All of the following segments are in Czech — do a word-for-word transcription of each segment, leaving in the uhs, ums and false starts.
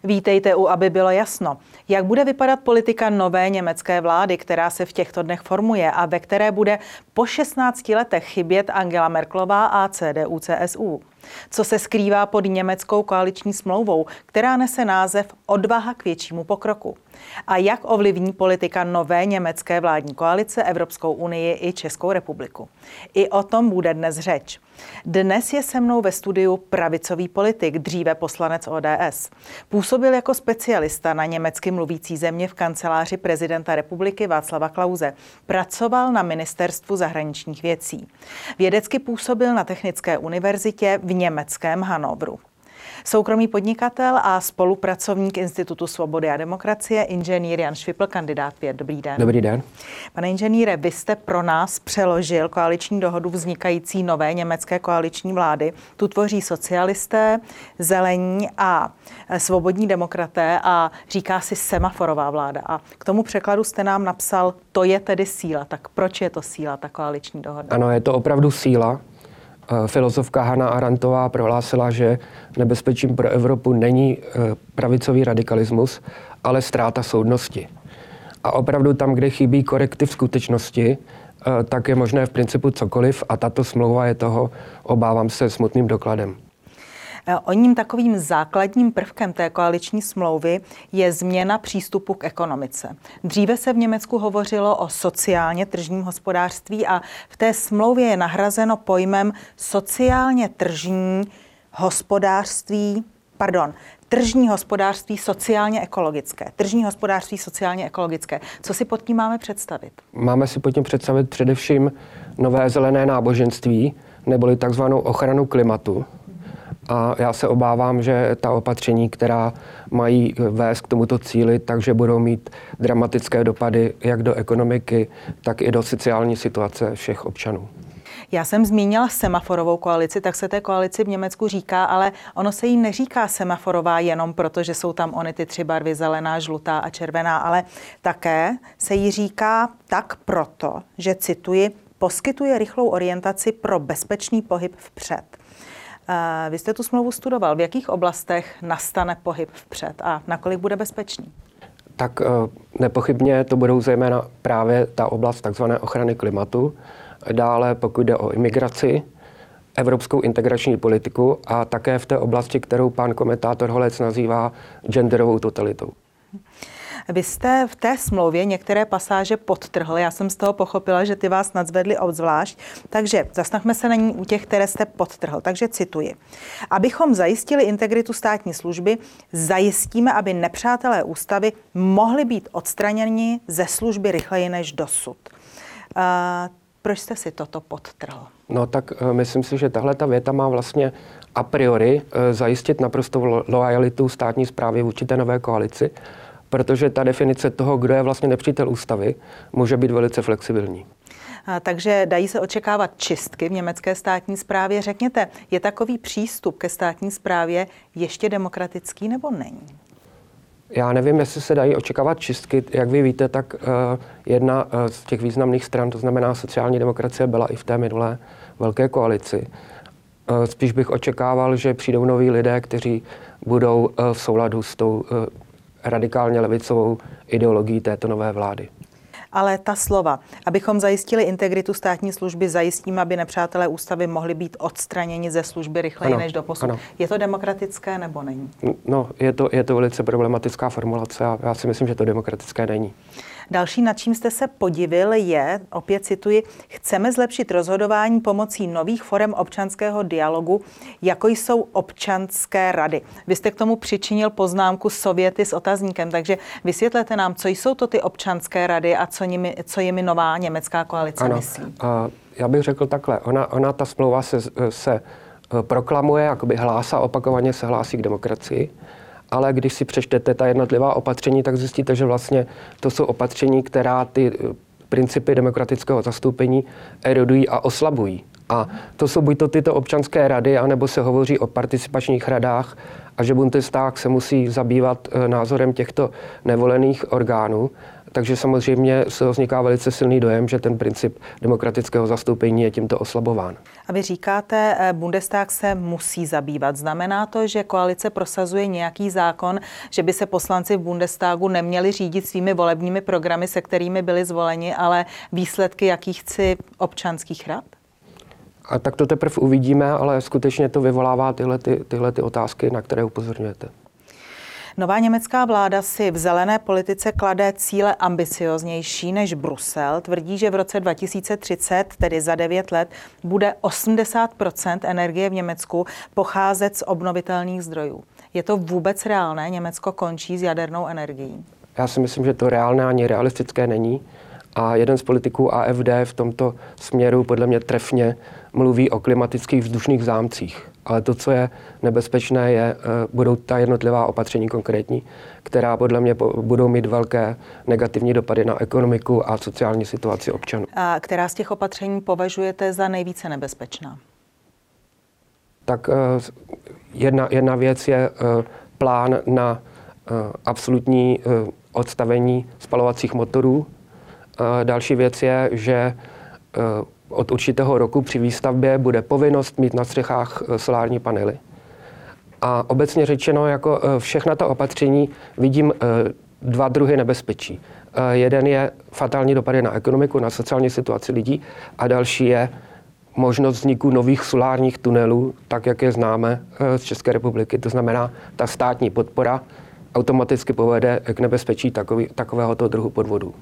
Vítejte u Aby bylo jasno. Jak bude vypadat politika nové německé vlády, která se v těchto dnech formuje a ve které bude po šestnácti letech chybět Angela Merkelová a C D U C S U? Co se skrývá pod německou koaliční smlouvou, která nese název Odvaha k většímu pokroku? A jak ovlivní politika nové německé vládní koalice Evropskou unii i Českou republiku? I o tom bude dnes řeč. Dnes je se mnou ve studiu pravicový politik, dříve poslanec O D S. Působil jako specialista na německy mluvící země v kanceláři prezidenta republiky Václava Klause. Pracoval na ministerstvu zahraničních věcí. Vědecky působil na Technické univerzitě v německém Hannoveru. Soukromý podnikatel a spolupracovník Institutu svobody a demokracie, inženýr Jan Švipl, kandidát pět. Dobrý den. Dobrý den. Pane inženýre, vy jste pro nás přeložil koaliční dohodu vznikající nové německé koaliční vlády. Tu tvoří socialisté, zelení a svobodní demokraté a říká si semaforová vláda. A k tomu překladu jste nám napsal, to je tedy síla. Tak proč je to síla, ta koaliční dohoda? Ano, je to opravdu síla. Filozofka Hannah Arendtová prohlásila, že nebezpečím pro Evropu není pravicový radikalismus, ale ztráta soudnosti. A opravdu tam, kde chybí korektiv skutečnosti, tak je možné v principu cokoliv a tato smlouva je toho, obávám se, smutným dokladem. Oním takovým základním prvkem té koaliční smlouvy je změna přístupu k ekonomice. Dříve se v Německu hovořilo o sociálně tržním hospodářství a v té smlouvě je nahrazeno pojmem sociálně tržní hospodářství, pardon, tržní hospodářství sociálně ekologické. Tržní hospodářství sociálně ekologické. Co si pod tím máme představit? Máme si pod tím představit především nové zelené náboženství, neboli takzvanou ochranu klimatu. A já se obávám, že ta opatření, která mají vést k tomuto cíli, takže budou mít dramatické dopady jak do ekonomiky, tak i do sociální situace všech občanů. Já jsem zmínila semaforovou koalici, tak se té koalici v Německu říká, ale ono se jí neříká semaforová jenom proto, že jsou tam ony ty tři barvy, zelená, žlutá a červená, ale také se jí říká tak proto, že, cituji, poskytuje rychlou orientaci pro bezpečný pohyb vpřed. Vy jste tu smlouvu studoval. V jakých oblastech nastane pohyb vpřed a nakolik bude bezpečný? Tak nepochybně to budou zejména právě ta oblast takzvané ochrany klimatu. Dále pokud jde o imigraci, evropskou integrační politiku a také v té oblasti, kterou pan komentátor Holec nazývá genderovou totalitou. Vy jste v té smlouvě některé pasáže podtrhl, já jsem z toho pochopila, že ty vás nadzvedly obzvlášť, takže zastavme se na ní u těch, které jste podtrhl. Takže cituji. Abychom zajistili integritu státní služby, zajistíme, aby nepřátelé ústavy mohli být odstraněni ze služby rychleji než dosud. Uh, proč jste si toto podtrhl? No tak uh, myslím si, že tahle ta věta má vlastně a priori uh, zajistit naprostou lo- lojalitu státní správy vůči té nové koalici, protože ta definice toho, kdo je vlastně nepřítel ústavy, může být velice flexibilní. A, takže dají se očekávat čistky v německé státní správě. Řekněte, je takový přístup ke státní správě ještě demokratický nebo není? Já nevím, jestli se dají očekávat čistky. Jak vy víte, tak uh, jedna uh, z těch významných stran, to znamená sociální demokracie, byla i v té minulé velké koalici. Uh, spíš bych očekával, že přijdou noví lidé, kteří budou uh, v souladu s tou uh, radikálně levicovou ideologií této nové vlády. Ale ta slova, abychom zajistili integritu státní služby, zajistíme, aby nepřátelé ústavy mohli být odstraněni ze služby rychleji než doposud. Je to demokratické nebo není? No, je to, je to velice problematická formulace a já si myslím, že to demokratické není. Další, nad čím jste se podivil, je, opět cituji, chceme zlepšit rozhodování pomocí nových forem občanského dialogu, jako jsou občanské rady. Vy jste k tomu přičinil poznámku Sověty s otazníkem, takže vysvětlete nám, co jsou to ty občanské rady a co, nimi, co jimi nová německá koalice ano, myslí. A já bych řekl takhle, ona, ona ta smlouva se, se proklamuje, jakoby hlásá, opakovaně se hlásí k demokracii, ale když si přečtete ta jednotlivá opatření, tak zjistíte, že vlastně to jsou opatření, která ty principy demokratického zastoupení erodují a oslabují. A to jsou buď to tyto občanské rady, anebo se hovoří o participačních radách a že Bundestag se musí zabývat názorem těchto nevolených orgánů. takže samozřejmě se vzniká velice silný dojem, že ten princip demokratického zastoupení je tímto oslabován. A vy říkáte, Bundestag se musí zabývat. Znamená to, že koalice prosazuje nějaký zákon, že by se poslanci v Bundestagu neměli řídit svými volebními programy, se kterými byli zvoleni, ale výsledky jakýchsi občanských rad? A tak to teprve uvidíme, ale skutečně to vyvolává tyhle, ty, tyhle ty otázky, na které upozorňujete. Nová německá vláda si v zelené politice klade cíle ambicioznější než Brusel. Tvrdí, že v roce dva tisíce třicet, tedy za devět let, bude osmdesát procent energie v Německu pocházet z obnovitelných zdrojů. Je to vůbec reálné? Německo končí s jadernou energií? Já si myslím, že to reálné ani realistické není. A jeden z politiků A F D v tomto směru podle mě trefně mluví o klimatických vzdušných zámcích. Ale to, co je nebezpečné, je, budou ta jednotlivá opatření konkrétní, která podle mě budou mít velké negativní dopady na ekonomiku a sociální situaci občanů. A která z těch opatření považujete za nejvíce nebezpečná? Tak jedna, jedna věc je plán na absolutní odstavení spalovacích motorů. Další věc je, že od určitého roku při výstavbě bude povinnost mít na střechách solární panely. A obecně řečeno, jako všechna ta opatření vidím dva druhy nebezpečí. Jeden je fatální dopady na ekonomiku, na sociální situaci lidí a další je možnost vzniku nových solárních tunelů, tak jak je známe z České republiky. To znamená, ta státní podpora automaticky povede k nebezpečí takový, takovéhoto druhu podvodů.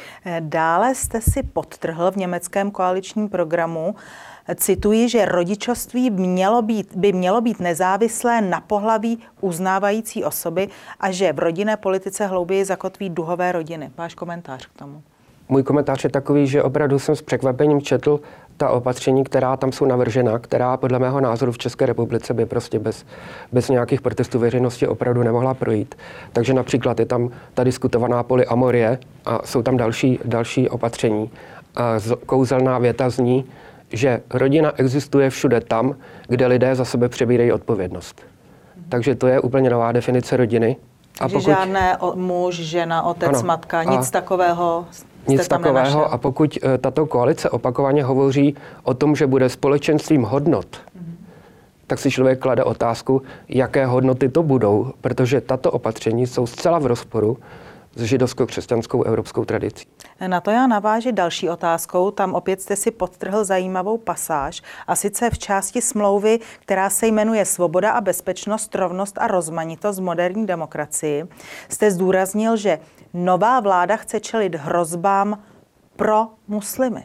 Dále jste si podtrhl v německém koaličním programu, cituji, že rodičovství mělo být, by mělo být nezávislé na pohlaví uznávající osoby a že v rodinné politice hlouběji zakotví duhové rodiny. Váš komentář k tomu? Můj komentář je takový, že opravdu jsem s překvapením četl ta opatření, která tam jsou navržena, která podle mého názoru v České republice by prostě bez, bez nějakých protestů veřejnosti opravdu nemohla projít. Takže například je tam ta diskutovaná polyamorie a jsou tam další, další opatření. A kouzelná věta zní, že rodina existuje všude tam, kde lidé za sebe přebírají odpovědnost. Takže to je úplně nová definice rodiny. Takže pokud... žádné muž, žena, otec, ano, matka, nic takového Nic takového nenašel. A pokud tato koalice opakovaně hovoří o tom, že bude společenstvím hodnot, mm-hmm. tak si člověk klade otázku, jaké hodnoty to budou, protože tato opatření jsou zcela v rozporu s židovsko-křesťanskou evropskou tradicí. Na to já navážu další otázkou. Tam opět jste si podtrhl zajímavou pasáž, a sice v části smlouvy, která se jmenuje Svoboda a bezpečnost, rovnost a rozmanitost v moderní demokracii, jste zdůraznil, že nová vláda chce čelit hrozbám pro muslimy.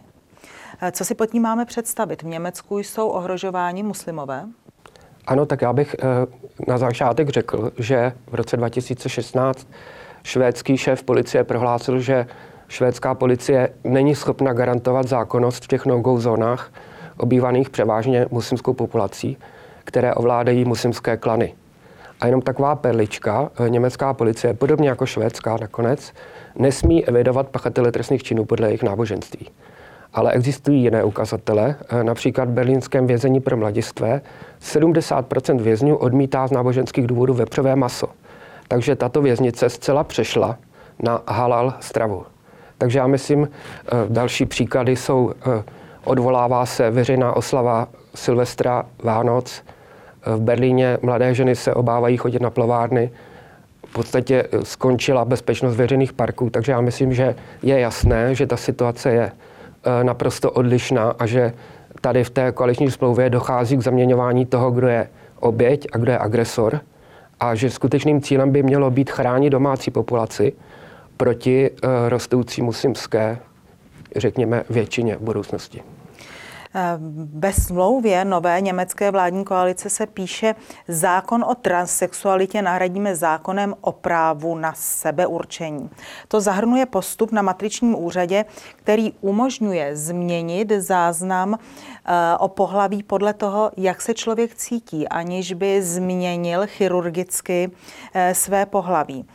Co si pod tím máme představit? V Německu jsou ohrožováni muslimové? Ano, tak já bych na začátek řekl, že v roce dva tisíce šestnáct švédský šéf policie prohlásil, že švédská policie není schopna garantovat zákonnost v těch no-go zónách obývaných převážně muslimskou populací, které ovládají muslimské klany. A jenom taková perlička, německá policie, podobně jako švédská nakonec, nesmí evidovat pachatele trestných činů podle jejich náboženství. Ale existují jiné ukazatele, například v berlínském vězení pro mladistvé sedmdesát procent vězňů odmítá z náboženských důvodů vepřové maso. Takže tato věznice zcela přešla na halal stravu. Takže já myslím, další příklady jsou, odvolává se veřejná oslava Silvestra, Vánoc. V Berlíně mladé ženy se obávají chodit na plovárny. V podstatě skončila bezpečnost veřejných parků, takže já myslím, že je jasné, že ta situace je naprosto odlišná a že tady v té koaliční smlouvě dochází k zaměňování toho, kdo je oběť a kdo je agresor. A že skutečným cílem by mělo být chránit domácí populaci proti uh, rostoucí muslimské, řekněme, většině v budoucnosti. Ve smlouvě nové německé vládní koalice se píše, zákon o transsexualitě nahradíme zákonem o právu na sebeurčení. To zahrnuje postup na matričním úřadě, který umožňuje změnit záznam o pohlaví podle toho, jak se člověk cítí, aniž by změnil chirurgicky své pohlaví.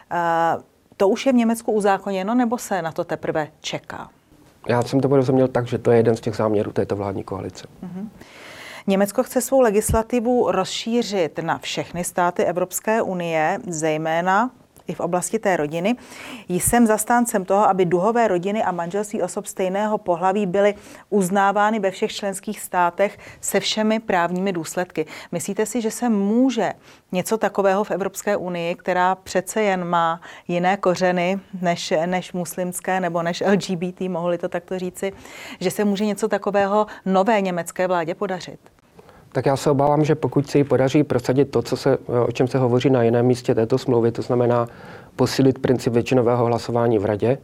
To už je v Německu uzákoněno, nebo se na to teprve čeká? Já jsem to porozuměl tak, že to je jeden z těch záměrů této vládní koalice. Mm-hmm. Německo chce svou legislativu rozšířit na všechny státy Evropské unie, zejména i v oblasti té rodiny. Jsem zastáncem toho, aby duhové rodiny a manželství osob stejného pohlaví byly uznávány ve všech členských státech se všemi právními důsledky. Myslíte si, že se může něco takového v Evropské unii, která přece jen má jiné kořeny než, než muslimské nebo než L G B T, mohli to takto říci, že se může něco takového nové německé vládě podařit? Tak já se obávám, že pokud se jí podaří prosadit to, co se, o čem se hovoří na jiném místě této smlouvy, to znamená posílit princip většinového hlasování v radě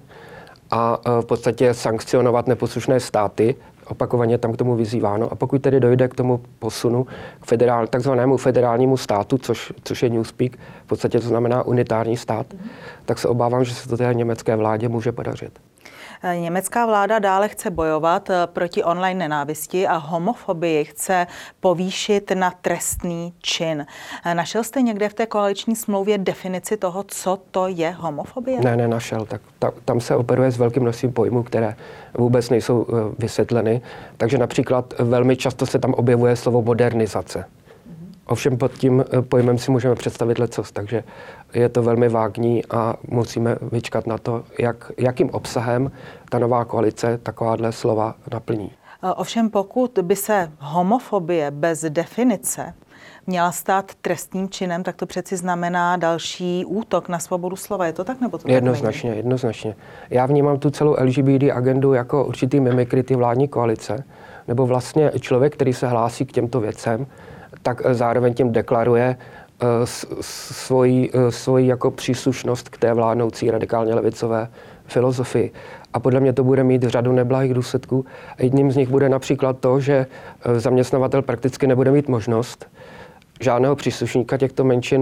a v podstatě sankcionovat neposlušné státy, opakovaně tam k tomu vyzýváno. A pokud tedy dojde k tomu posunu k federál, takzvanému federálnímu státu, což, což je Newspeak, v podstatě to znamená unitární stát, mm. tak se obávám, že se to té německé vládě může podařit. Německá vláda dále chce bojovat proti online nenávisti a homofobii chce povýšit na trestný čin. Našel jste někde v té koaliční smlouvě definici toho, co to je homofobie? Ne, nenašel. Tak, ta, tam se operuje s velkým množstvím pojmů, které vůbec nejsou uh, vysvětleny. Takže například velmi často se tam objevuje slovo modernizace. Ovšem pod tím pojmem si můžeme představit lecos, takže je to velmi vágní a musíme vyčkat na to, jak, jakým obsahem ta nová koalice takováhle slova naplní. Ovšem pokud by se homofobie bez definice měla stát trestním činem, tak to přeci znamená další útok na svobodu slova. Je to tak, nebo to Jednoznačně, tak jednoznačně. Já vnímám tu celou L G B T agendu jako určitý mimikry ty vládní koalice, nebo vlastně člověk, který se hlásí k těmto věcem, tak zároveň tím deklaruje uh, svoji, uh, svoji jako příslušnost k té vládnoucí radikálně levicové filozofii. A podle mě to bude mít řadu neblahých důsledků. A jedním z nich bude například to, že uh, zaměstnavatel prakticky nebude mít možnost žádného příslušníka těchto menšin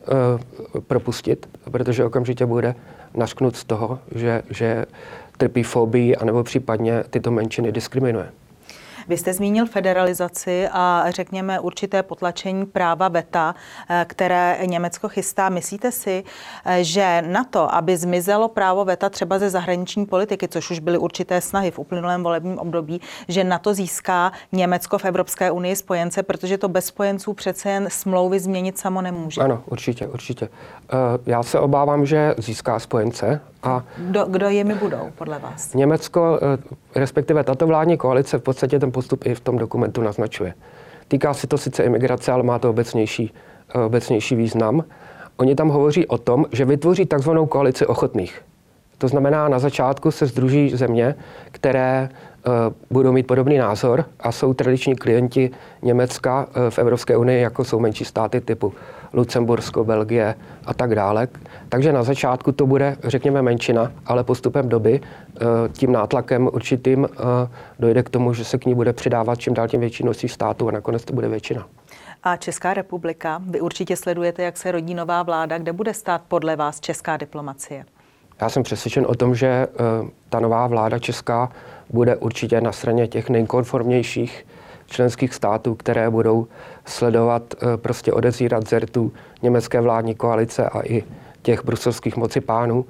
uh, propustit, protože okamžitě bude nařknut z toho, že, že trpí fobii anebo případně tyto menšiny diskriminuje. Vy jste zmínil federalizaci a řekněme určité potlačení práva veta, které Německo chystá. Myslíte si, že na to, aby zmizelo právo veta třeba ze zahraniční politiky, což už byly určité snahy v uplynulém volebním období, že na to získá Německo v Evropské unii spojence, protože to bez spojenců přece jen smlouvy změnit samo nemůže? Ano, určitě, určitě. Já se obávám, že získá spojence. A kdo, kdo jimi budou, podle vás? Německo, respektive tato vládní koalice v podstatě ten postup i v tom dokumentu naznačuje. Týká se to sice imigrace, ale má to obecnější, obecnější význam. Oni tam hovoří o tom, že vytvoří takzvanou koalici ochotných. To znamená, na začátku se sdruží země, které uh, budou mít podobný názor a jsou tradiční klienti Německa uh, v Evropské unii, jako jsou menší státy typu Lucembursko, Belgie a tak dále. Takže na začátku to bude, řekněme, menšina, ale postupem doby uh, tím nátlakem určitým uh, dojde k tomu, že se k ní bude přidávat čím dál tím větší množství států a nakonec to bude většina. A Česká republika, vy určitě sledujete, jak se rodí nová vláda, kde bude stát podle vás česká diplomacie? Já jsem přesvědčen o tom, že uh, ta nová vláda česká bude určitě na straně těch nejkonformnějších členských států, které budou sledovat, uh, prostě odezírat zertu německé vládní koalice a i těch bruselských mocipánů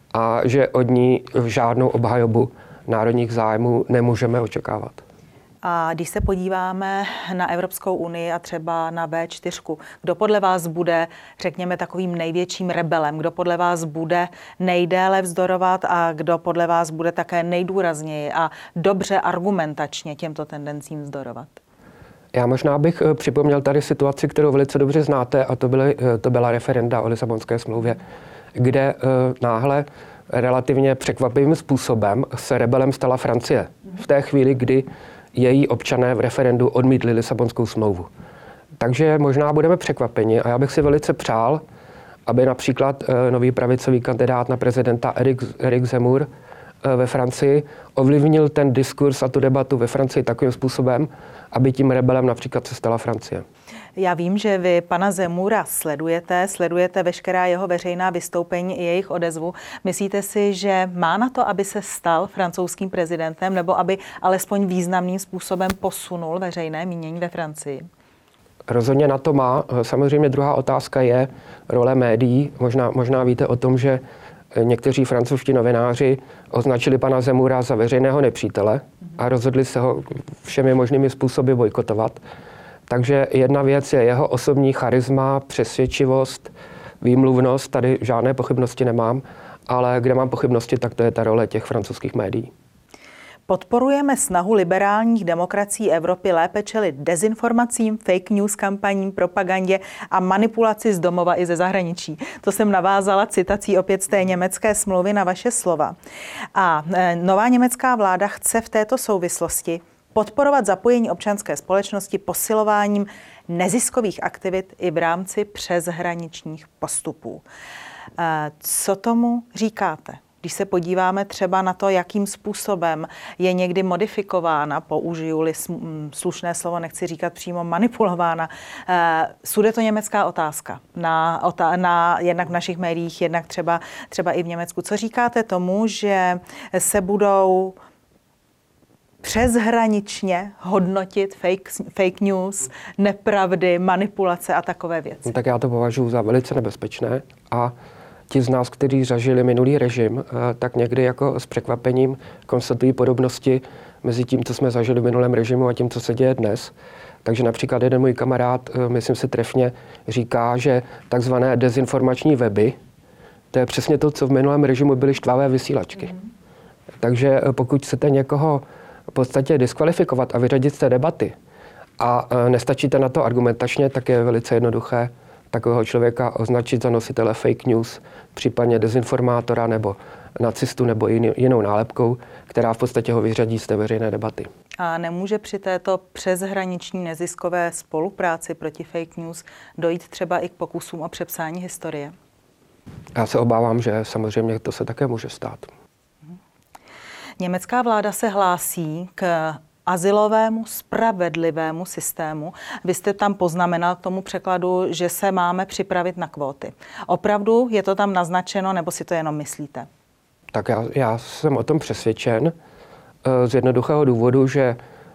a že od ní žádnou obhajobu národních zájmů nemůžeme očekávat. A když se podíváme na Evropskou unii a třeba na V čtyři, kdo podle vás bude, řekněme, takovým největším rebelem? Kdo podle vás bude nejdéle vzdorovat a kdo podle vás bude také nejdůrazněji a dobře argumentačně těmto tendencím vzdorovat? Já možná bych připomněl tady situaci, kterou velice dobře znáte, a to, byly, to byla referenda o Lisabonské smlouvě, kde náhle relativně překvapivým způsobem se rebelem stala Francie. V té chvíli, kdy její občané v referendu odmítli Lisabonskou smlouvu. Takže možná budeme překvapeni a já bych si velice přál, aby například nový pravicový kandidát na prezidenta Eric, Eric Zemmour ve Francii ovlivnil ten diskurs a tu debatu ve Francii takovým způsobem, aby tím rebelem například se stala Francie. Já vím, že vy pana Zemmoura sledujete, sledujete veškerá jeho veřejná vystoupení i jejich odezvu. Myslíte si, že má na to, aby se stal francouzským prezidentem nebo aby alespoň významným způsobem posunul veřejné mínění ve Francii? Rozhodně na to má. Samozřejmě druhá otázka je role médií. Možná, možná víte o tom, že někteří francouzští novináři označili pana Zemmoura za veřejného nepřítele a rozhodli se ho všemi možnými způsoby bojkotovat. Takže jedna věc je jeho osobní charisma, přesvědčivost, výmluvnost, tady žádné pochybnosti nemám, ale kde mám pochybnosti, tak to je ta role těch francouzských médií. Podporujeme snahu liberálních demokracií Evropy lépe čelit dezinformacím, fake news kampaním, propagandě a manipulaci z domova i ze zahraničí. To jsem navázala citací opět z té německé smlouvy na vaše slova. A nová německá vláda chce v této souvislosti podporovat zapojení občanské společnosti posilováním neziskových aktivit i v rámci přeshraničních postupů. Co tomu říkáte? Když se podíváme třeba na to, jakým způsobem je někdy modifikována, použiju-li slušné slovo, nechci říkat přímo manipulována, sude to německá otázka. Na, na, jednak v našich médiích, jednak třeba, třeba i v Německu. Co říkáte tomu, že se budou přeshraničně hodnotit fake, fake news, nepravdy, manipulace a takové věci? No, tak já to považuji za velice nebezpečné a ti z nás, kteří zažili minulý režim, tak někdy jako s překvapením konstatují podobnosti mezi tím, co jsme zažili v minulém režimu a tím, co se děje dnes. Takže například jeden můj kamarád, myslím si trefně, říká, že takzvané dezinformační weby, to je přesně to, co v minulém režimu byly štvavé vysílačky. Mm. Takže pokud chcete někoho v podstatě diskvalifikovat a vyřadit z té debaty a nestačíte na to argumentačně, tak je velice jednoduché takového člověka označit za nositele fake news, případně dezinformátora nebo nacistu nebo jiný, jinou nálepkou, která v podstatě ho vyřadí z té veřejné debaty. A nemůže při této přeshraniční neziskové spolupráci proti fake news dojít třeba i k pokusům o přepsání historie? Já se obávám, že samozřejmě to se také může stát. Německá vláda se hlásí k azylovému spravedlivému systému. Vy jste tam poznamenal k tomu překladu, že se máme připravit na kvóty. Opravdu je to tam naznačeno, nebo si to jenom myslíte? Tak já, já jsem o tom přesvědčen z jednoduchého důvodu, že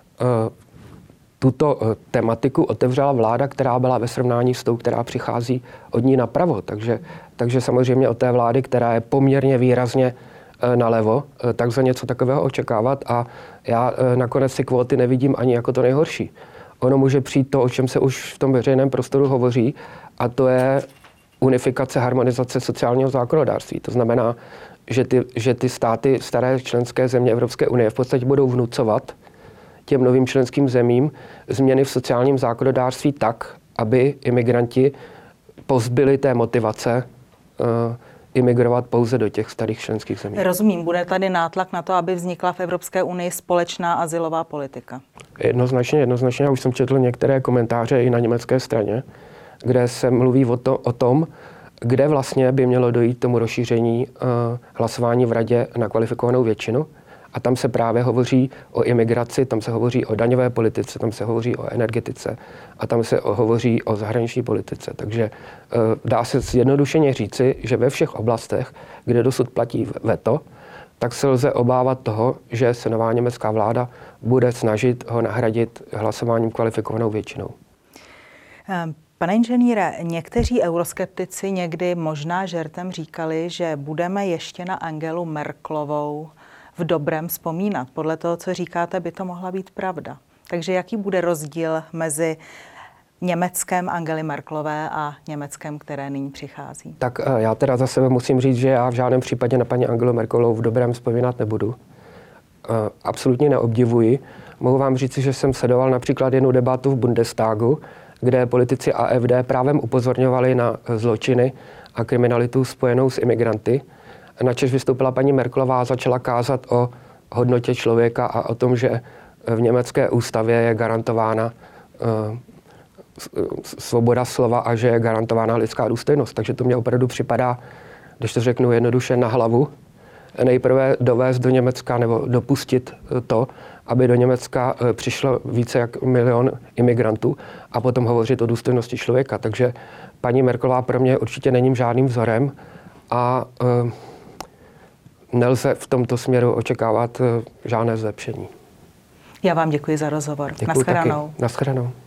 tuto tematiku otevřela vláda, která byla ve srovnání s tou, která přichází od ní napravo. Takže, takže samozřejmě od té vlády, která je poměrně výrazně nalevo, tak za něco takového očekávat a já nakonec si kvóty nevidím ani jako to nejhorší. Ono může přijít to, o čem se už v tom veřejném prostoru hovoří, a to je unifikace, harmonizace sociálního zákonodárství. To znamená, že ty, že ty státy, staré členské země Evropské unie v podstatě budou vnucovat těm novým členským zemím změny v sociálním zákonodárství tak, aby imigranti pozbyli té motivace uh, imigrovat pouze do těch starých členských zemí. Rozumím, bude tady nátlak na to, aby vznikla v Evropské unii společná azylová politika? Jednoznačně, jednoznačně. Já už jsem četl některé komentáře i na německé straně, kde se mluví o, to, o tom, kde vlastně by mělo dojít tomu rozšíření uh, hlasování v radě na kvalifikovanou většinu. A tam se právě hovoří o imigraci, tam se hovoří o daňové politice, tam se hovoří o energetice a tam se hovoří o zahraniční politice. Takže uh, dá se zjednodušeně říci, že ve všech oblastech, kde dosud platí veto, tak se lze obávat toho, že se nová německá vláda bude snažit ho nahradit hlasováním kvalifikovanou většinou. Um. Pane inženýre, někteří euroskeptici někdy možná žertem říkali, že budeme ještě na Angelu Merkelovou v dobrém vzpomínat. Podle toho, co říkáte, by to mohla být pravda. Takže jaký bude rozdíl mezi Německem Angely Merkelové a Německem, které nyní přichází? Tak já teda za sebe musím říct, že já v žádném případě na paní Angelu Merkelovou v dobrém vzpomínat nebudu. Absolutně neobdivuji. Mohu vám říct, že jsem sledoval například jednu debatu v Bundestagu, kde politici A F D právem upozorňovali na zločiny a kriminalitu spojenou s imigranty. Načež vystoupila paní Merkelová a začala kázat o hodnotě člověka a o tom, že v německé ústavě je garantována uh, svoboda slova a že je garantována lidská důstojnost. Takže to mě opravdu připadá, když to řeknu jednoduše, na hlavu. Nejprve dovést do Německa nebo dopustit to, aby do Německa přišlo více jak milion imigrantů a potom hovořit o důstojnosti člověka. Takže paní Merkelová pro mě určitě není žádným vzorem a uh, nelze v tomto směru očekávat uh, žádné zlepšení. Já vám děkuji za rozhovor. Děkuji Naschledanou. Naschledanou.